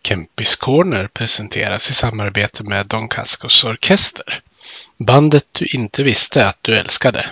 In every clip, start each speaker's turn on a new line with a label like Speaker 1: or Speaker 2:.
Speaker 1: Kempis Corner presenteras i samarbete med Don Cascos orkester. Bandet du inte visste att du älskade.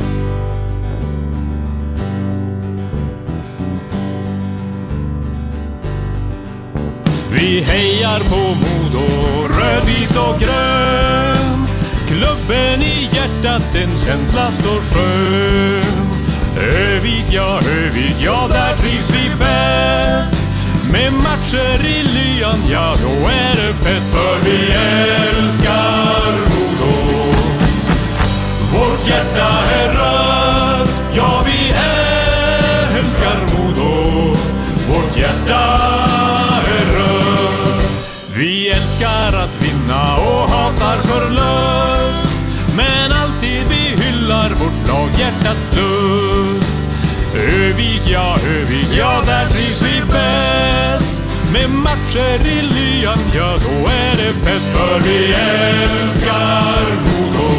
Speaker 2: Vi hejar på Modo, röd, vit och grön. Klubben i hjärtat, en känsla står skön. Övik, ja, där trivs vi bäst. Med matcher i lyan, ja då är det fest. För vi älskar Modo. Vårt hjärta är rött, ja vi älskar Modo. Vårt hjärta är rött. Vi älskar att vinna och hatar förlust. Men alltid vi hyllar vårt lag, hjärtats lust. Övik, ja, där trivs vi bäst. Med matcher i lyan, ja då är det fett. För vi älskar Modo.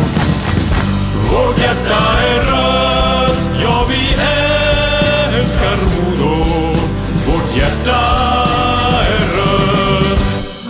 Speaker 2: Vårt hjärta är rött, ja vi älskar Modo. Vårt hjärta är rött.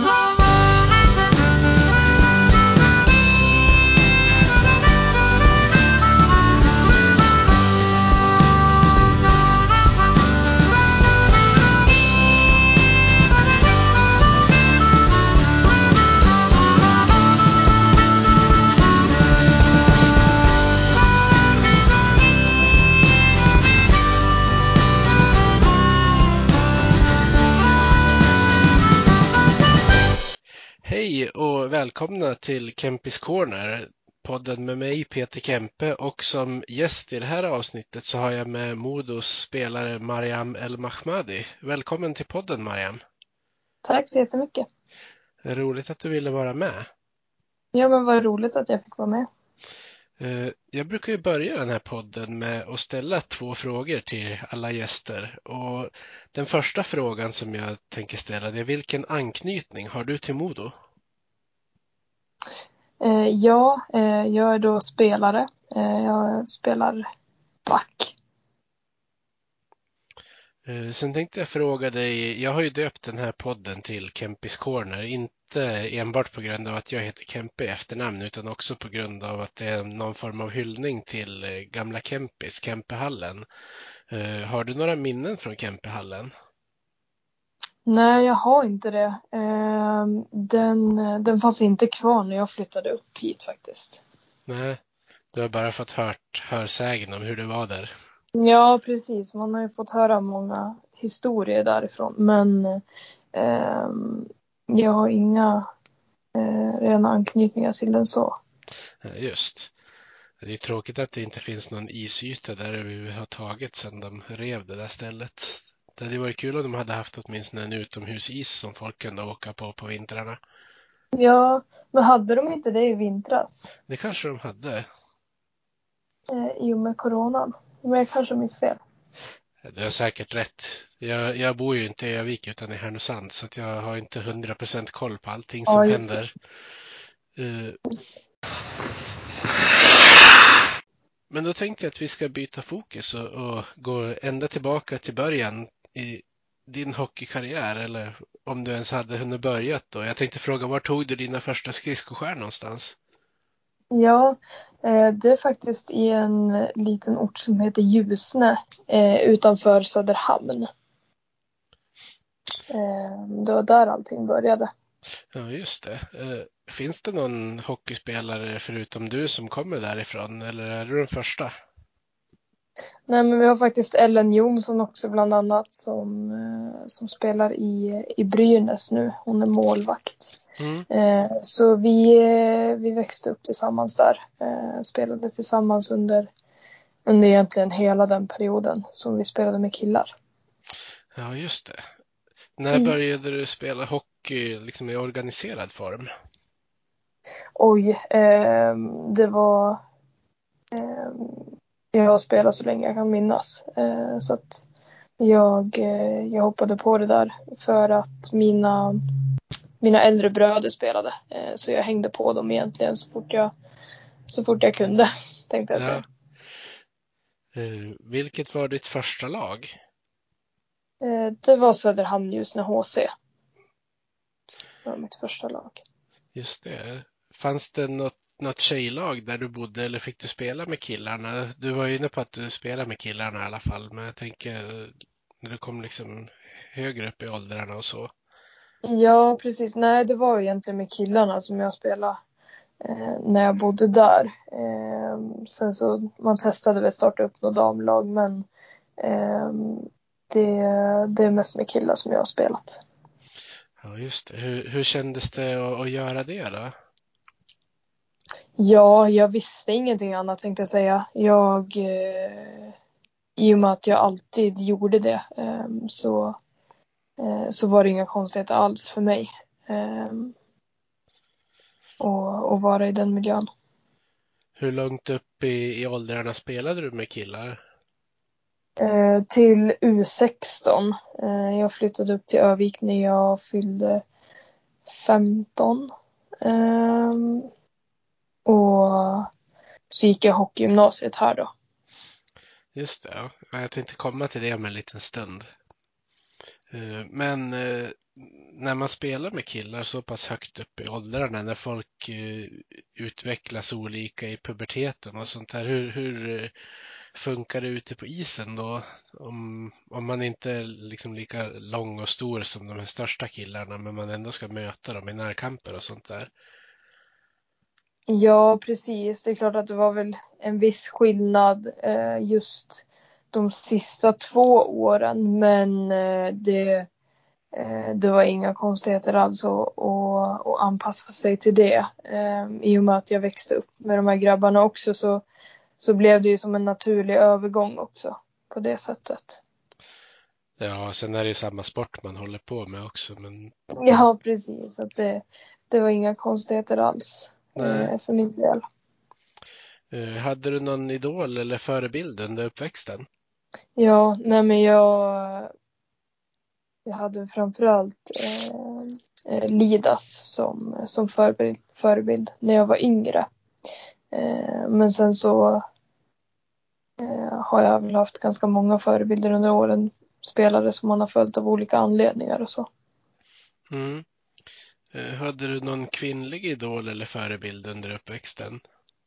Speaker 1: Hej och välkomna till Kempis Corner, podden med mig Peter Kempe, och som gäst i det här avsnittet så har jag med Modos spelare Mariam El Mahmadi. Välkommen till podden, Mariam.
Speaker 3: Tack så jättemycket.
Speaker 1: Roligt att du ville vara med.
Speaker 3: Ja, men vad roligt att jag fick vara med.
Speaker 1: Jag brukar ju börja den här podden med att ställa 2 frågor till alla gäster. Och den första frågan som jag tänker ställa är: vilken anknytning har du till Modo?
Speaker 3: Jag är då spelare. Jag spelar back.
Speaker 1: Sen tänkte jag fråga dig, jag har ju döpt den här podden till Kempis Corner, inte enbart på grund av att jag heter Kempe i efternamn utan också på grund av att det är någon form av hyllning till gamla Kempis, Kempehallen. Har du några minnen från Kempehallen?
Speaker 3: Nej, jag har inte det. Den fanns inte kvar när jag flyttade upp hit faktiskt.
Speaker 1: Nej, du har bara fått hörsägen om hur det var där.
Speaker 3: Ja, precis. Man har ju fått höra många historier därifrån. Men jag har inga rena anknytningar till den så.
Speaker 1: Just. Det är ju tråkigt att det inte finns någon isyta där överhuvudtaget sedan de rev det där stället. Det hade varit kul om de hade haft åtminstone en utomhusis som folk kunde åka på vintrarna.
Speaker 3: Ja, men hade de inte det i vintras?
Speaker 1: Det kanske de hade.
Speaker 3: I och med coronan. Men jag kanske minns fel.
Speaker 1: Du har säkert rätt. Jag bor ju inte i Övik utan i Härnösand, så att jag har inte 100% koll på allting som händer. Men då tänkte jag att vi ska byta fokus och gå ända tillbaka till början i din hockeykarriär, eller om du ens hade hunnit börjat då. Jag tänkte fråga, var tog du dina första skridskoskär någonstans?
Speaker 3: Ja, det är faktiskt i en liten ort som heter Ljusne utanför Söderhamn. Det var där allting började.
Speaker 1: Ja, just det. Finns det någon hockeyspelare förutom du som kommer därifrån, eller är du den första?
Speaker 3: Nej, men vi har faktiskt Ellen Jonsson också bland annat som spelar i Brynäs nu. Hon är målvakt. Så vi växte upp tillsammans där. Spelade tillsammans under egentligen hela den perioden som vi spelade med killar.
Speaker 1: Ja, just det. När började du spela hockey liksom i organiserad form?
Speaker 3: Oj, det var... Jag har spelat så länge jag kan minnas. Så att jag hoppade på det där för att mina äldre bröder spelade. Så jag hängde på dem egentligen så fort jag kunde, tänkte jag säga.
Speaker 1: Vilket var ditt första lag?
Speaker 3: Det var Söderhamn Ljusne HC. Det var mitt första lag.
Speaker 1: Just det. Fanns det något tjejlag där du bodde eller fick du spela med killarna? Du var ju inne på att du spelade med killarna i alla fall, men jag tänker när du kom liksom högre upp i åldrarna och så.
Speaker 3: Ja, precis. Nej, det var ju egentligen med killarna som jag spelade när jag bodde där. Sen så man testade väl starta upp något damlag, men det är mest med killar som jag har spelat.
Speaker 1: Ja, just det. Hur kändes det att göra det då?
Speaker 3: Ja, jag visste ingenting annat tänkte jag säga. I och med att jag alltid gjorde det så var det inga konstigheter alls för mig att vara i den miljön.
Speaker 1: Hur långt upp i åldrarna spelade du med killar?
Speaker 3: Till U16. Jag flyttade upp till Övik när jag fyllde 15. Och så gick jag hockeygymnasiet här då.
Speaker 1: Just det, ja. Jag tänkte komma till det om en liten stund. Men när man spelar med killar så pass högt upp i åldrarna, när folk utvecklas olika i puberteten och sånt där, hur funkar det ute på isen då? Om man inte är liksom lika lång och stor som de här största killarna, men man ändå ska möta dem i närkamper och sånt där.
Speaker 3: Ja, precis. Det är klart att det var väl en viss skillnad just de sista 2 åren. Men det var inga konstigheter alls att anpassa sig till det. I och med att jag växte upp med de här grabbarna också så blev det ju som en naturlig övergång också på det sättet.
Speaker 1: Ja, sen är det ju samma sport man håller på med också, men
Speaker 3: Ja, precis. Att det var inga konstigheter alls
Speaker 1: nej.
Speaker 3: för min del.
Speaker 1: Hade du någon idol eller förebild under uppväxten?
Speaker 3: Ja, nej men jag hade framförallt Lidas som förebild när jag var yngre. Men sen så har jag väl haft ganska många förebilder under åren. Spelare som man har följt av olika anledningar och så.
Speaker 1: Mm. Hade du någon kvinnlig idol eller förebild under uppväxten?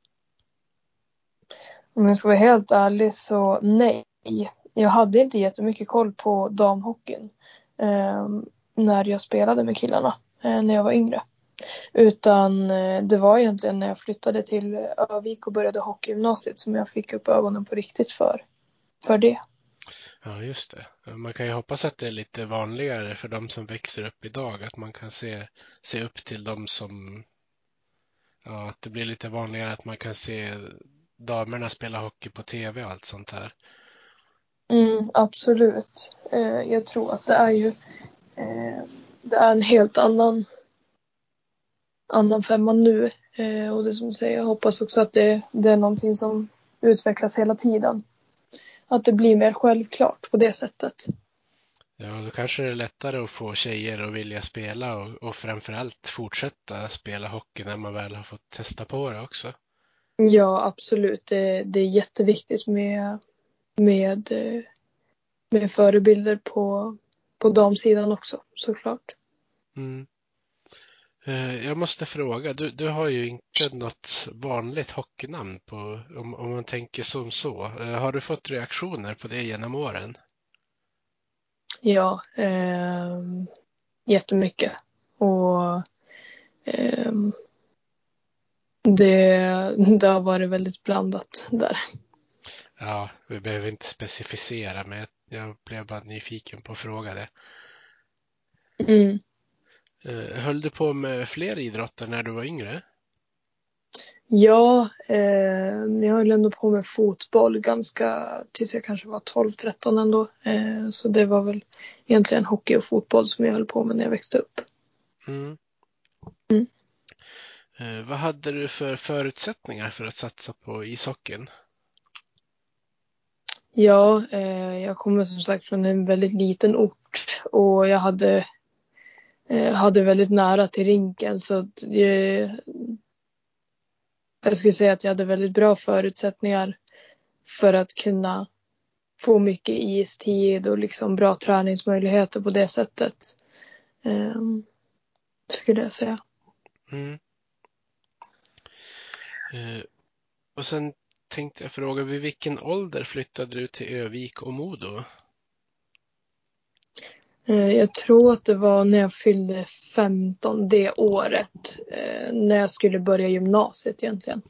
Speaker 3: Om jag ska vara helt ärlig så nej. Jag hade inte jättemycket koll på damhockeyn när jag spelade med killarna när jag var yngre. Utan det var egentligen när jag flyttade till Övik och började hockeygymnasiet som jag fick upp ögonen på riktigt för det.
Speaker 1: Ja, just det. Man kan ju hoppas att det är lite vanligare för de som växer upp idag, att man kan se upp till dem som, ja, att det blir lite vanligare att man kan se damerna spela hockey på tv och allt sånt här.
Speaker 3: Absolut. Jag tror att det är ju det är en helt annan femma nu. Och det som du säger, jag hoppas också att det är någonting som utvecklas hela tiden. Att det blir mer självklart på det sättet.
Speaker 1: Ja, då kanske det är lättare att få tjejer att vilja spela och framförallt fortsätta spela hockey när man väl har fått testa på det också.
Speaker 3: Ja, absolut. Det är jätteviktigt med förebilder på damsidan också, såklart.
Speaker 1: Mm. Jag måste fråga, du har ju inte något vanligt hockeynamn om man tänker som så. Har du fått reaktioner på det genom åren?
Speaker 3: Ja, jättemycket. Och det har varit väldigt blandat där.
Speaker 1: Ja, vi behöver inte specificera, men jag blev bara nyfiken på att fråga det.
Speaker 3: Mm.
Speaker 1: Höll du på med fler idrotter när du var yngre?
Speaker 3: Ja, jag höll ändå på med fotboll ganska tills jag kanske var 12-13 ändå. Så det var väl egentligen hockey och fotboll som jag höll på med när jag växte upp.
Speaker 1: Mm.
Speaker 3: Mm.
Speaker 1: Vad hade du för förutsättningar för att satsa på ishockeyn?
Speaker 3: Ja, jag kommer som sagt från en väldigt liten ort och jag hade väldigt nära till rinken så jag skulle säga att jag hade väldigt bra förutsättningar för att kunna få mycket istid och liksom bra träningsmöjligheter på det sättet. skulle jag säga.
Speaker 1: Mm. Och sen tänkte jag fråga, vid vilken ålder flyttade du till Övik och Modo?
Speaker 3: Jag tror att det var när jag fyllde 15 det året. När jag skulle börja gymnasiet egentligen.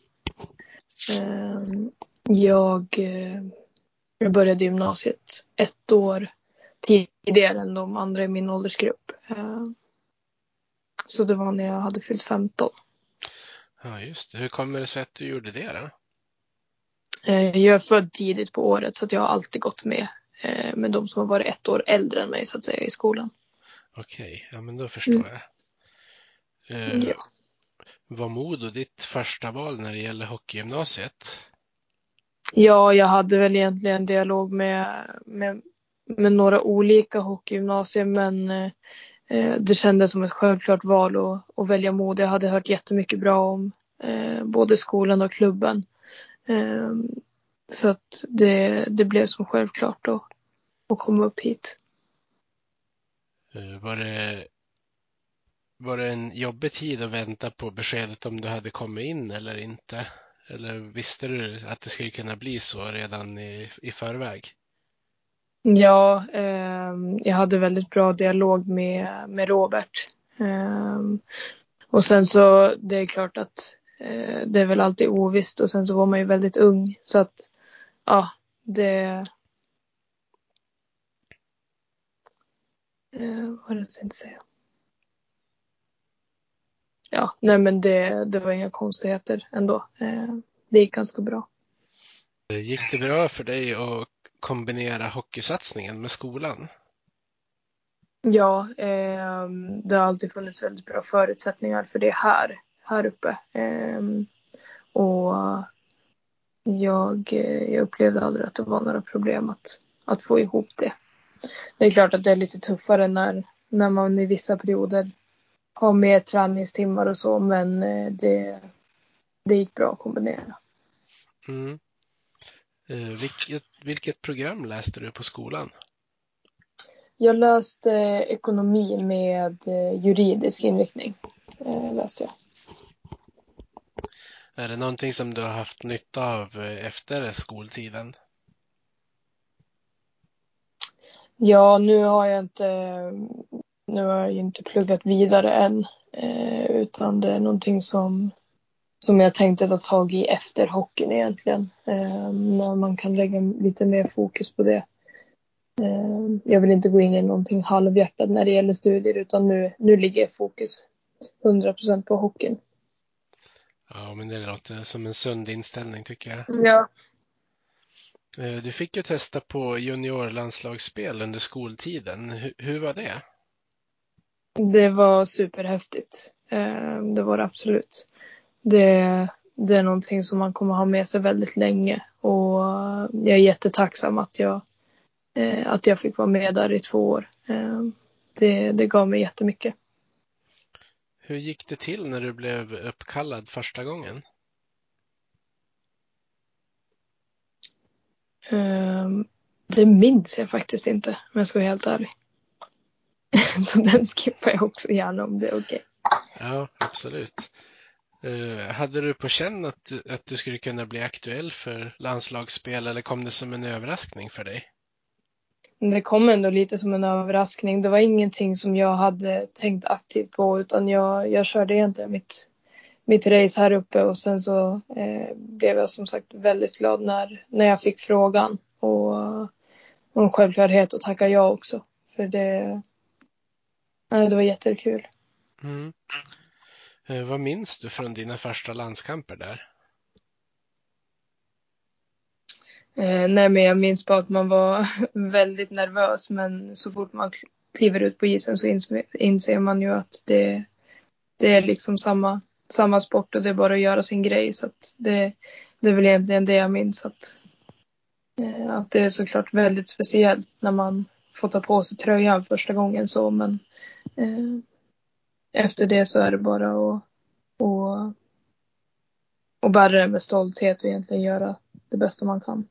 Speaker 3: Jag började gymnasiet 1 år tidigare än de andra i min åldersgrupp. Så det var när jag hade fyllt 15.
Speaker 1: Ja, just det. Hur kommer det sig att du gjorde det då?
Speaker 3: Jag är född tidigt på året så att jag har alltid gått med de som har varit 1 år äldre än mig så att säga i skolan.
Speaker 1: Okej, ja men då förstår jag.
Speaker 3: Ja.
Speaker 1: Var Modo ditt första val när det gäller hockeygymnasiet?
Speaker 3: Ja, jag hade väl egentligen dialog med några olika hockeygymnasier men det kändes som ett självklart val att välja Modo. Jag hade hört jättemycket bra om både skolan och klubben. Så att det blev som självklart då att komma upp hit.
Speaker 1: Var det en jobbig tid att vänta på beskedet om du hade kommit in eller inte? Eller visste du att det skulle kunna bli så redan i förväg?
Speaker 3: Ja, jag hade väldigt bra dialog med Robert. Och sen så, det är klart att det är väl alltid ovisst och sen så var man ju väldigt ung så att ja, det vad var det jag tänkte säga? Ja, nej men det var inga konstigheter ändå. Det gick ganska bra.
Speaker 1: Gick det bra för dig att kombinera hockeysatsningen med skolan?
Speaker 3: Ja, det har alltid funnits väldigt bra förutsättningar för det här uppe. Och jag upplevde aldrig att det var några problem att få ihop det. Det är klart att det är lite tuffare när man i vissa perioder har mer träningstimmar och så, men det gick bra att kombinera.
Speaker 1: Mm. Vilket program läste du på skolan?
Speaker 3: Jag läste ekonomi med juridisk inriktning. Läste jag.
Speaker 1: Är det någonting som du har haft nytta av efter skoltiden?
Speaker 3: Ja, nu har jag inte pluggat vidare än. Utan det är någonting som jag tänkte ta tag i efter hockeyn egentligen. När man kan lägga lite mer fokus på det. Jag vill inte gå in i någonting halvhjärtat när det gäller studier utan nu ligger fokus 100% på hockeyn.
Speaker 1: Ja, men det låter som en sund inställning tycker jag.
Speaker 3: Ja.
Speaker 1: Du fick ju testa på juniorlandslagsspel under skoltiden. Hur var det?
Speaker 3: Det var superhäftigt. Det var det absolut. Det är någonting som man kommer ha med sig väldigt länge. Och jag är jättetacksam att jag fick vara med där i 2 år. Det gav mig jättemycket.
Speaker 1: Hur gick det till när du blev uppkallad första gången?
Speaker 3: Det minns jag faktiskt inte, om jag ska vara helt ärlig. Så den skippar jag också gärna om det är okej.
Speaker 1: Ja, absolut. Hade du på känn att du skulle kunna bli aktuell för landslagsspel eller kom det som en överraskning för dig?
Speaker 3: Det kom ändå lite som en överraskning. Det var ingenting som jag hade tänkt aktivt på utan jag körde egentligen mitt race här uppe och sen så blev jag som sagt väldigt glad när jag fick frågan och en självklarhet att tacka ja också. För det var jättekul.
Speaker 1: Mm. Vad minns du från dina första landskamper där?
Speaker 3: Nej men jag minns bara att man var väldigt nervös men så fort man kliver ut på isen så inser man ju att det är liksom samma sport och det är bara att göra sin grej så att det är väl egentligen det jag minns att det är såklart väldigt speciellt när man får ta på sig tröjan första gången så men efter det så är det bara att bära det med stolthet och egentligen göra det bästa man kan.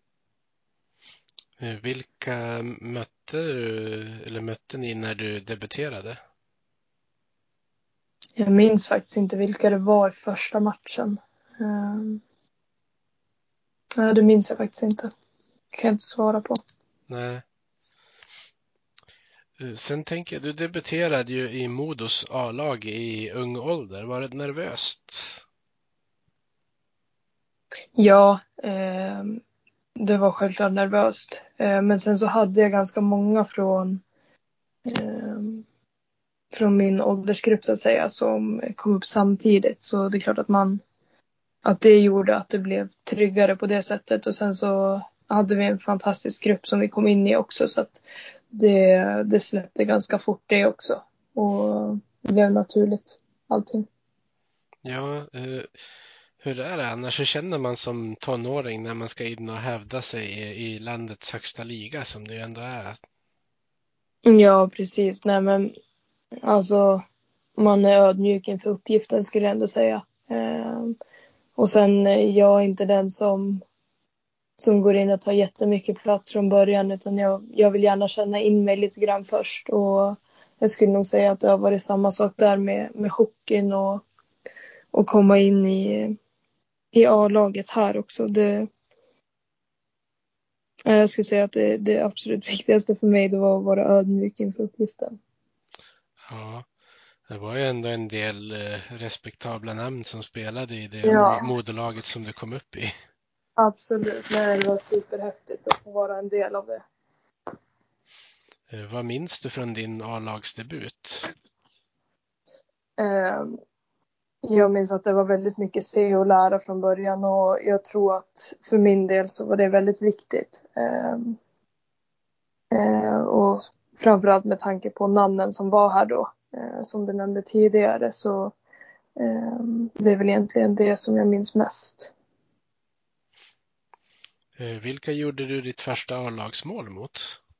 Speaker 1: Vilka mötte ni när du debuterade?
Speaker 3: Jag minns faktiskt inte vilka det var i första matchen. Nej, det minns jag faktiskt inte. Kan jag inte svara på.
Speaker 1: Nej. Sen tänker jag, du debuterade ju i Modos A-lag i ung ålder. Var det nervöst?
Speaker 3: Ja, det var självklart nervöst. Men sen så hade jag ganska många från min åldersgrupp så att säga som kom upp samtidigt. Så det är klart att det gjorde att det blev tryggare på det sättet. Och sen så hade vi en fantastisk grupp som vi kom in i också. Så att det släppte ganska fort det också. Och det blev naturligt allting.
Speaker 1: Ja, hur är det annars? Hur känner man som tonåring när man ska in och hävda sig i landets högsta liga som det ju ändå är?
Speaker 3: Ja, precis. Nej, men alltså man är ödmjuk inför uppgiften skulle jag ändå säga. Och sen jag är inte den som går in och tar jättemycket plats från början utan jag vill gärna känna in mig lite grann först. Och jag skulle nog säga att det har varit samma sak där med hockeyn och komma in i A-laget här också. Jag skulle säga att det absolut viktigaste för mig det var att vara ödmjuk inför uppgiften.
Speaker 1: Ja, det var ju ändå en del respektabla namn som spelade i det
Speaker 3: Ja,
Speaker 1: moderlaget som du kom upp i.
Speaker 3: absolut. Nej, det var superhäftigt att få vara en del av det.
Speaker 1: Vad minns du från din A-lagsdebut?
Speaker 3: Eh, Jag minns att det var väldigt mycket se och lära från början och jag tror att för min del så var det väldigt viktigt. Och framförallt med tanke på namnen som var här då, som du nämnde tidigare så det är väl egentligen det som jag minns mest.
Speaker 1: Vilka gjorde du ditt första A-lagsmål mot?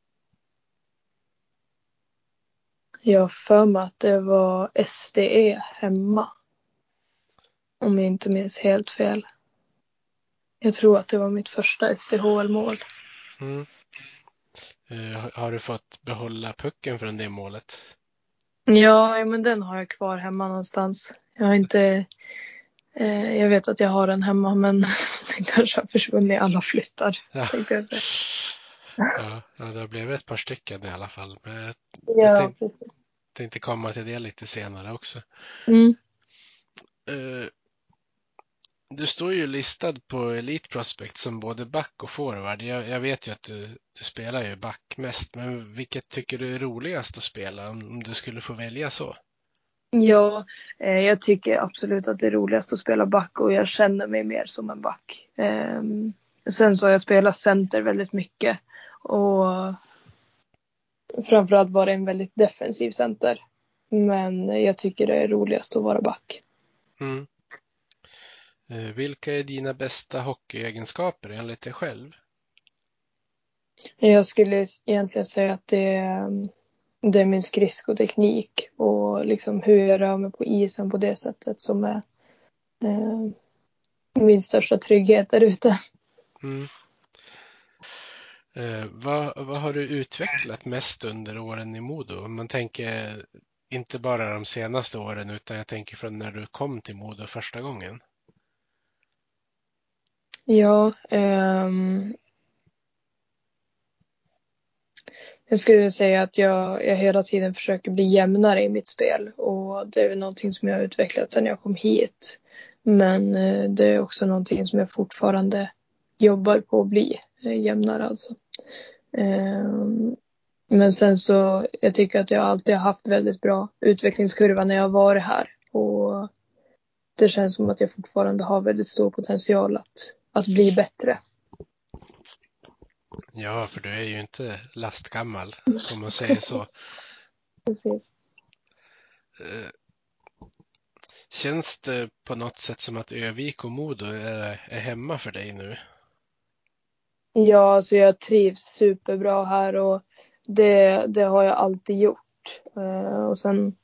Speaker 3: Jag har för mig att det var SDE hemma. Om jag inte minns helt fel. Jag tror att det var mitt första SDHL-mål.
Speaker 1: Mm. Har du fått behålla pucken från det målet?
Speaker 3: Ja, men den har jag kvar hemma någonstans. Jag har inte... jag vet att jag har den hemma, men den kanske har försvunnit i alla flyttar.
Speaker 1: Ja.
Speaker 3: Tänkte jag säga.
Speaker 1: Ja, det har blivit ett par stycken i alla fall. Men jag
Speaker 3: Ja, precis.
Speaker 1: tänkte komma till det lite senare också.
Speaker 3: Mm.
Speaker 1: Du står ju listad på Elite Prospect som både back och forward. Jag vet ju att du spelar ju back mest, men vilket tycker du är roligast att spela om du skulle få välja så?
Speaker 3: Ja, jag tycker absolut att det är roligast att spela back och jag känner mig mer som en back. Sen så har jag spelat center väldigt mycket och framförallt var det en väldigt defensiv center. Men jag tycker det är roligast att vara back.
Speaker 1: Mm. Vilka är dina bästa hockeyegenskaper enligt dig själv?
Speaker 3: Jag skulle egentligen säga att det är min skridskoteknik och liksom hur jag rör mig på isen på det sättet som är min största trygghet där ute.
Speaker 1: Mm. Vad har du utvecklat mest under åren i Modo? Man tänker inte bara de senaste åren utan jag tänker från när du kom till Modo första gången.
Speaker 3: Ja, jag skulle säga att jag hela tiden försöker bli jämnare i mitt spel och det är någonting som jag har utvecklat sedan jag kom hit. Men det är också någonting som jag fortfarande jobbar på att bli jämnare alltså. Men sen så, jag tycker att jag alltid har haft väldigt bra utvecklingskurva när jag har varit här. Och det känns som att jag fortfarande har väldigt stor potential att bli bättre.
Speaker 1: Ja, för du är ju inte lastgammal om man säger så.
Speaker 3: Precis.
Speaker 1: Känns det på något sätt som att Övik och Modo är hemma för dig nu?
Speaker 3: Ja, alltså jag trivs superbra här och det har jag alltid gjort. Och sen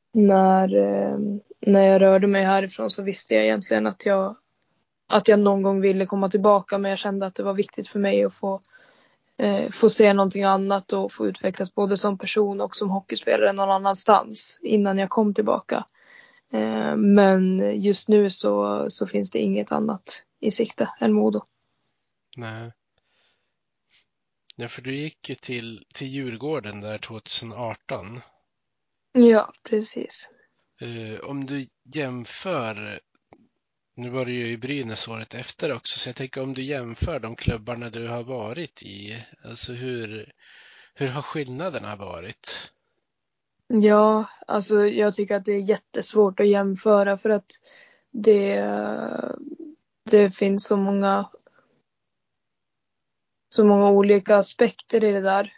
Speaker 3: när jag rörde mig härifrån så visste jag egentligen att jag någon gång ville komma tillbaka men jag kände att det var viktigt för mig att få se någonting annat och få utvecklas både som person och som hockeyspelare någon annanstans innan jag kom tillbaka. Men just nu så finns det inget annat i sikte än Modo.
Speaker 1: Nej. Ja, för du gick ju till Djurgården där 2018.
Speaker 3: Ja, precis.
Speaker 1: Om du jämför, nu var du ju i Brynäs året efter också, så jag tänker om du jämför de klubbarna du har varit i, alltså hur har skillnaderna varit?
Speaker 3: Ja, alltså jag tycker att det är jättesvårt att jämföra för att det, det finns så många olika aspekter i det där.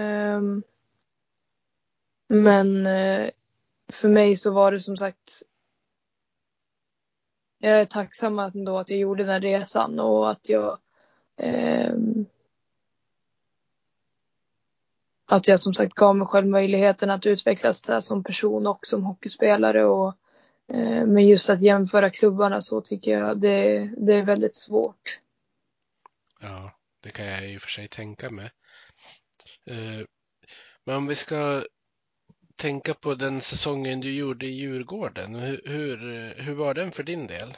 Speaker 3: Men för mig så var det som sagt, jag är tacksam ändå att jag gjorde den resan och att jag som sagt gav mig själv möjligheten att utvecklas där som person och som hockeyspelare. Men just att jämföra klubbarna så tycker jag det är väldigt svårt.
Speaker 1: Ja, det kan jag i och för sig tänka mig. Men om vi ska tänka på den säsongen du gjorde i Djurgården, hur var den för din del?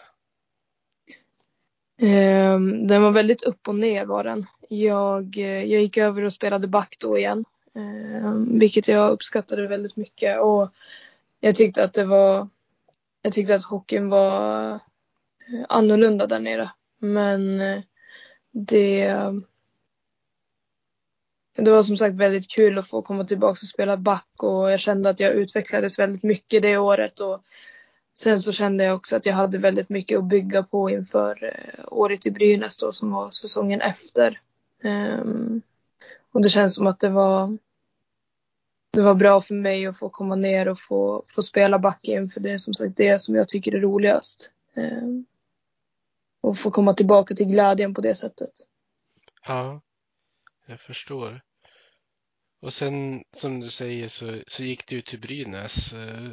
Speaker 3: Den var väldigt upp och ner var den. Jag gick över och spelade back då igen. Vilket jag uppskattade väldigt mycket. Och jag tyckte att hockeyn var annorlunda där nere. Men det var som sagt väldigt kul att få komma tillbaka och spela back. Och jag kände att jag utvecklades väldigt mycket det året. Och sen så kände jag också att jag hade väldigt mycket att bygga på inför året i Brynäs då, som var säsongen efter. Och det känns som att det var bra för mig att få komma ner och få spela back igen. För det är som sagt det som jag tycker är roligast. Och få komma tillbaka till glädjen på det sättet.
Speaker 1: Ja, jag förstår. Och sen, som du säger, så gick du till Brynäs.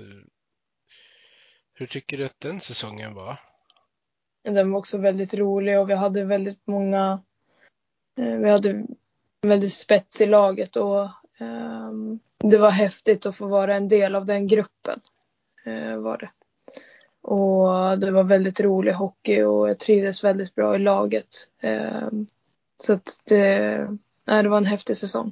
Speaker 1: Hur tycker du att den säsongen var?
Speaker 3: Den var också väldigt rolig och vi hade väldigt många. Vi hade en väldigt spets i laget och det var häftigt att få vara en del av den gruppen. Var det. Och det var väldigt rolig hockey och jag trivdes väldigt bra i laget. Så att det var en häftig säsong.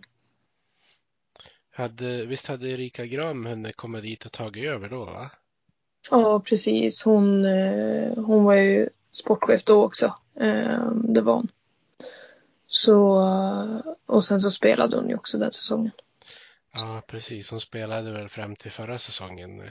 Speaker 1: Visst hade Erika Gram hunnit komma dit och tagit över då, va?
Speaker 3: Ja, precis. Hon var ju sportchef då också. Det var hon. Så, och sen så spelade hon ju också den säsongen.
Speaker 1: Ja, precis. Hon spelade väl fram till förra säsongen.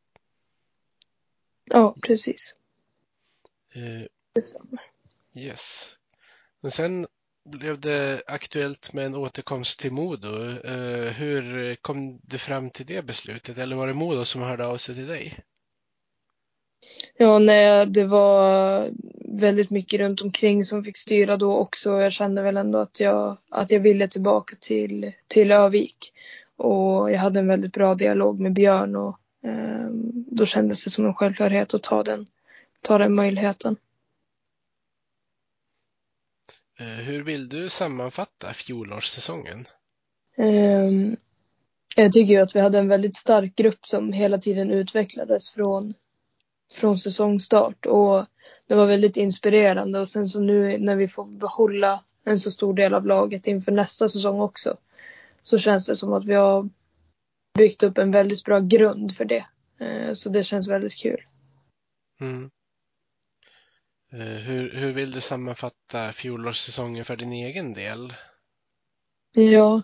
Speaker 3: Ja, precis. Det stämmer.
Speaker 1: Yes. Men sen blev det aktuellt med en återkomst till Modo. Hur kom du fram till det beslutet? Eller var det Modo som hörde av sig till dig?
Speaker 3: Ja, nej, det var väldigt mycket runt omkring som fick styra då också. Jag kände väl ändå att jag ville tillbaka till Övik. Och jag hade en väldigt bra dialog med Björn och då kändes det som en självklarhet att ta den möjligheten.
Speaker 1: Hur vill du sammanfatta fjolårssäsongen?
Speaker 3: Jag tycker ju att vi hade en väldigt stark grupp som hela tiden utvecklades från säsongstart och det var väldigt inspirerande och sen så nu när vi får behålla en så stor del av laget inför nästa säsong också så känns det som att vi har byggt upp en väldigt bra grund för det. Så det känns väldigt kul.
Speaker 1: Mm. Hur vill du sammanfatta fjolårssäsongen för din egen del?
Speaker 3: Ja,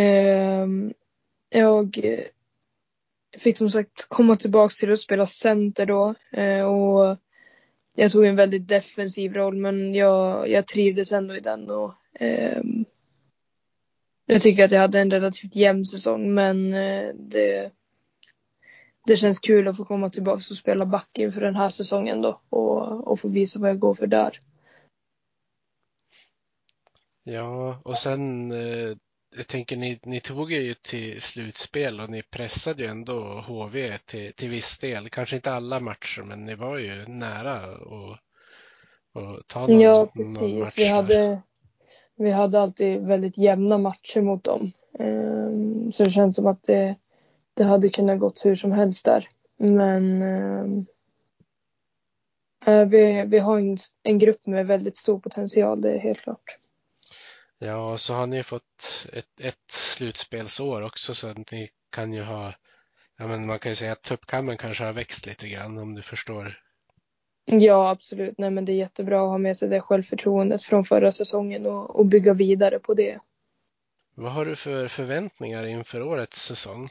Speaker 3: jag fick som sagt komma tillbaka till att spela center då och jag tog en väldigt defensiv roll men jag trivdes ändå i den och jag tycker att jag hade en relativt jämn säsong men det känns kul att få komma tillbaka och spela back inför den här säsongen då och få visa vad jag går för där.
Speaker 1: Ja, och sen jag tänker ni tog er ju till slutspel och ni pressade ju ändå HV till viss del. Kanske inte alla matcher, men ni var ju nära att ta
Speaker 3: Ja,
Speaker 1: någon
Speaker 3: precis.
Speaker 1: match där.
Speaker 3: Vi hade alltid väldigt jämna matcher mot dem. Så det känns som att det hade kunnat gått hur som helst där. Men vi har en grupp med väldigt stor potential, det är helt klart.
Speaker 1: Ja, så har ni fått ett slutspelsår också, så att ni kan ju ha, ja, men man kan ju säga att tuppkammen kanske har växt lite grann, om du förstår.
Speaker 3: Ja, absolut. Nej, men det är jättebra att ha med sig det självförtroendet från förra säsongen och bygga vidare på det.
Speaker 1: Vad har du för förväntningar inför årets säsong?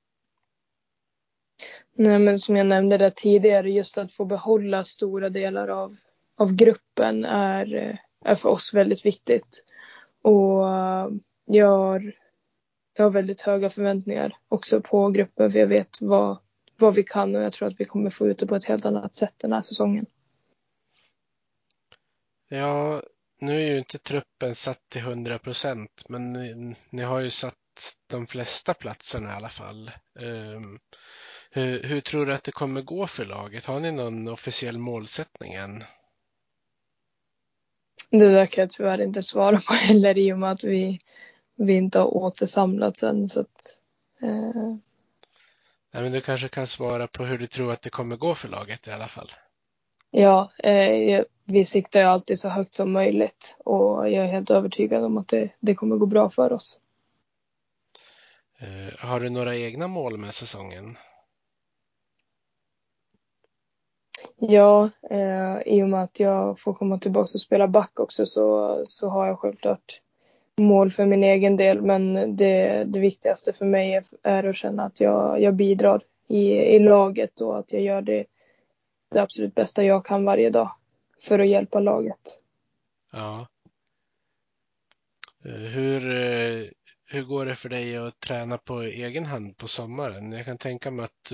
Speaker 3: Nej, men som jag nämnde där tidigare, just att få behålla stora delar av gruppen är för oss väldigt viktigt. Och jag har väldigt höga förväntningar också på gruppen, för jag vet vad vi kan, och jag tror att vi kommer få ut det på ett helt annat sätt den här säsongen.
Speaker 1: Ja, nu är ju inte truppen satt till 100%, men ni har ju satt de flesta platserna i alla fall. Hur tror du att det kommer gå för laget? Har ni någon officiell målsättning än?
Speaker 3: Det där kan jag tyvärr inte svara på heller, i och med att vi inte har återsamlats än. Så att,
Speaker 1: Nej, men du kanske kan svara på hur du tror att det kommer gå för laget i alla fall.
Speaker 3: ja, vi siktar ju alltid så högt som möjligt, och jag är helt övertygad om att det kommer gå bra för oss.
Speaker 1: Har du några egna mål med säsongen?
Speaker 3: Ja, i och med att jag får komma tillbaka och spela back också, så har jag självklart mål för min egen del. Men det viktigaste för mig är att känna att jag bidrar i laget, och att jag gör det absolut bästa jag kan varje dag för att hjälpa laget.
Speaker 1: Ja. Hur går det för dig att träna på egen hand på sommaren? Jag kan tänka mig att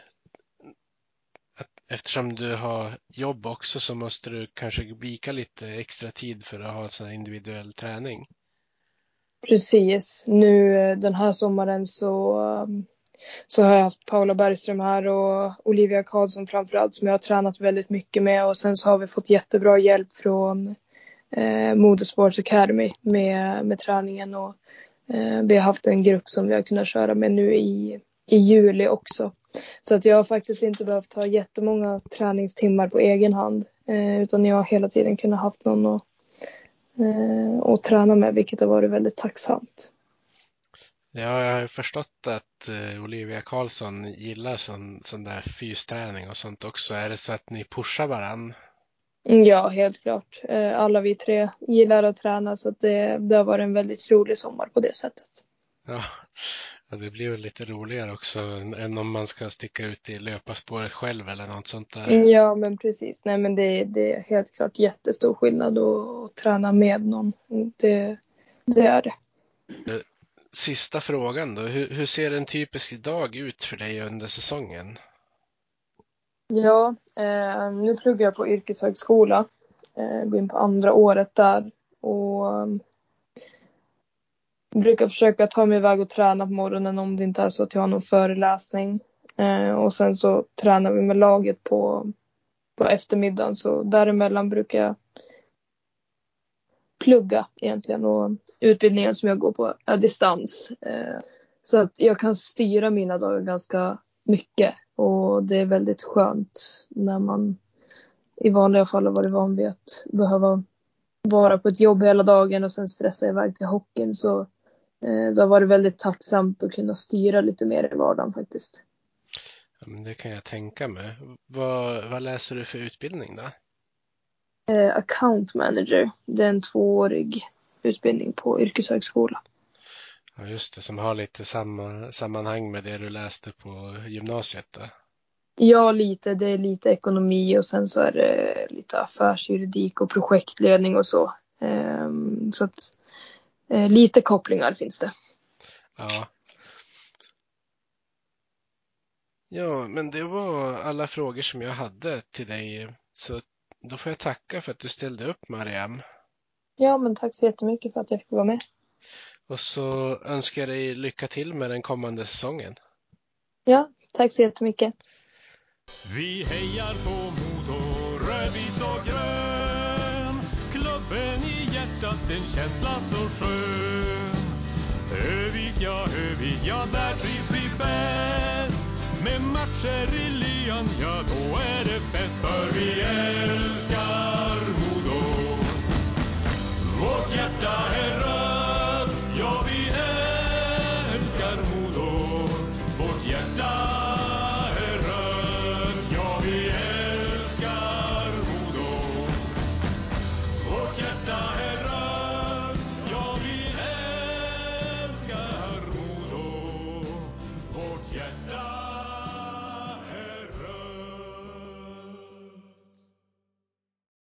Speaker 1: eftersom du har jobb också, så måste du kanske vika lite extra tid för att ha sån här individuell träning.
Speaker 3: Precis. Nu den här sommaren så har jag haft Paula Bergström här och Olivia Karlsson framförallt, som jag har tränat väldigt mycket med. Och sen så har vi fått jättebra hjälp från Modesports Academy med träningen. Och vi har haft en grupp som vi har kunnat köra med nu i juli också. Så att jag har faktiskt inte behövt ha jättemånga träningstimmar på egen hand. Utan jag har hela tiden kunnat haft någon att träna med, vilket har varit väldigt tacksamt.
Speaker 1: Ja, jag har förstått att Olivia Karlsson gillar sån där fysträning och sånt också. Är det så att ni pushar varann?
Speaker 3: Ja, helt klart. Alla vi tre gillar att träna, så att det har varit en väldigt rolig sommar på det sättet.
Speaker 1: Ja, det blir väl lite roligare också än om man ska sticka ut i löparspåret själv eller något sånt där.
Speaker 3: Ja, men precis. Nej, men det är helt klart jättestor skillnad att träna med någon. Det är det.
Speaker 1: Sista frågan då. Hur ser en typisk dag ut för dig under säsongen?
Speaker 3: Ja, nu pluggar jag på yrkeshögskola. Går in på andra året där. Och brukar försöka ta mig iväg och träna på morgonen, om det inte är så att jag har någon föreläsning. Och sen så tränar vi med laget på eftermiddagen. Så däremellan brukar jag plugga egentligen, och utbildningen som jag går på är distans. Så att jag kan styra mina dagar ganska mycket, och det är väldigt skönt när man i vanliga fall har varit van vid att behöva vara på ett jobb hela dagen och sen stressa iväg till hockeyn. Så det har varit väldigt tacksamt att kunna styra lite mer i vardagen faktiskt.
Speaker 1: Ja, men det kan jag tänka mig. Vad läser du för utbildning då?
Speaker 3: Account manager. Det är en 2-årig utbildning på yrkeshögskola.
Speaker 1: Ja, just det, som har lite sammanhang med det du läste på gymnasiet då.
Speaker 3: Ja, lite. Det är lite ekonomi, och sen så är det lite affärsjuridik och projektledning och så. Så att lite kopplingar finns det.
Speaker 1: Ja. Ja, men det var alla frågor som jag hade till dig. Så då får jag tacka för att du ställde upp, Mariam.
Speaker 3: Ja, men tack så jättemycket för att jag fick vara med.
Speaker 1: Och så önskar jag dig lycka till med den kommande säsongen.
Speaker 3: Ja, tack så jättemycket.
Speaker 2: Vi hejar på Modo, rödvit och grön. Klubben i hjärtat, en känsla så skön. Övik, ja, där trivs vi bäst. Med matcher i början, ja då är det fest. För vi